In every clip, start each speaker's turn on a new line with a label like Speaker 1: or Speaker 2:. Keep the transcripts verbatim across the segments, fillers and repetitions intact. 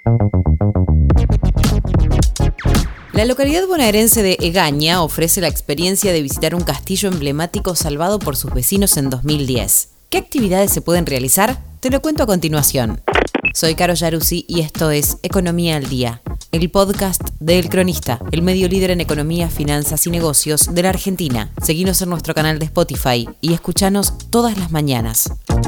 Speaker 1: La localidad bonaerense de Egaña ofrece la experiencia de visitar un castillo emblemático salvado por sus vecinos en dos mil diez. ¿Qué actividades se pueden realizar? Te lo cuento a continuación. Soy Caro Yaruzzi y esto es Economía al Día, el podcast de El Cronista, el medio líder en economía, finanzas y negocios de la Argentina. Seguinos en nuestro canal de Spotify y escuchanos todas las mañanas.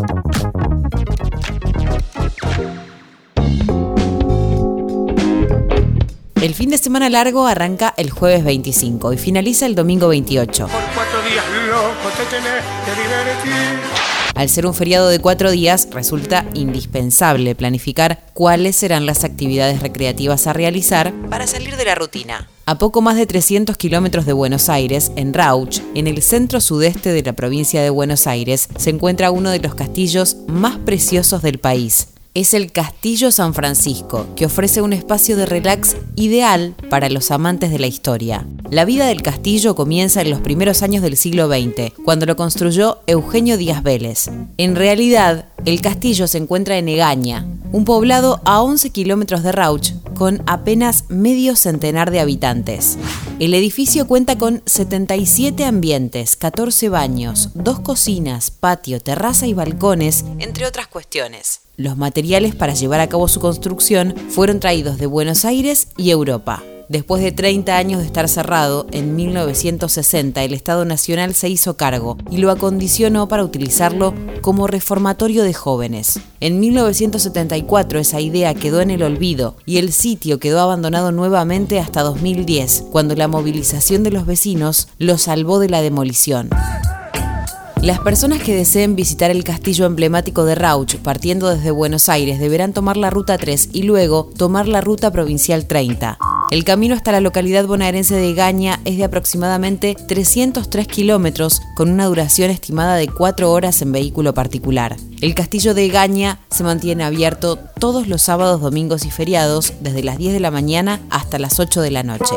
Speaker 1: El fin de semana largo arranca el jueves veinticinco y finaliza el domingo veintiocho.
Speaker 2: Por cuatro días loco te tenés que divertir.
Speaker 1: Al ser un feriado de cuatro días, resulta indispensable planificar cuáles serán las actividades recreativas a realizar para salir de la rutina. A poco más de trescientos kilómetros de Buenos Aires, en Rauch, en el centro sudeste de la provincia de Buenos Aires, se encuentra uno de los castillos más preciosos del país. Es el Castillo San Francisco, que ofrece un espacio de relax ideal para los amantes de la historia. La vida del castillo comienza en los primeros años del siglo veinte, cuando lo construyó Eugenio Díaz Vélez. En realidad, el castillo se encuentra en Egaña, un poblado a once kilómetros de Rauch, con apenas medio centenar de habitantes. El edificio cuenta con setenta y siete ambientes, catorce baños, dos cocinas, patio, terraza y balcones, entre otras cuestiones. Los materiales para llevar a cabo su construcción fueron traídos de Buenos Aires y Europa. Después de treinta años de estar cerrado, en mil novecientos sesenta el Estado Nacional se hizo cargo y lo acondicionó para utilizarlo como reformatorio de jóvenes. En mil novecientos setenta y cuatro esa idea quedó en el olvido y el sitio quedó abandonado nuevamente hasta dos mil diez, cuando la movilización de los vecinos lo salvó de la demolición. Las personas que deseen visitar el castillo emblemático de Rauch partiendo desde Buenos Aires deberán tomar la ruta tres y luego tomar la ruta provincial treinta. El camino hasta la localidad bonaerense de Egaña es de aproximadamente trescientos tres kilómetros con una duración estimada de cuatro horas en vehículo particular. El castillo de Egaña se mantiene abierto todos los sábados, domingos y feriados desde las diez de la mañana hasta las ocho de la noche.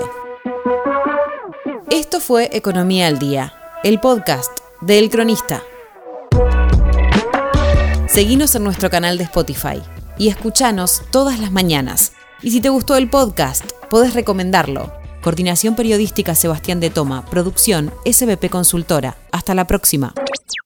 Speaker 1: Esto fue Economía al Día, el podcast de El Cronista. Seguinos en nuestro canal de Spotify y escuchanos todas las mañanas. Y si te gustó el podcast, podés recomendarlo. Coordinación Periodística Sebastián de Toma, Producción S B P Consultora. Hasta la próxima.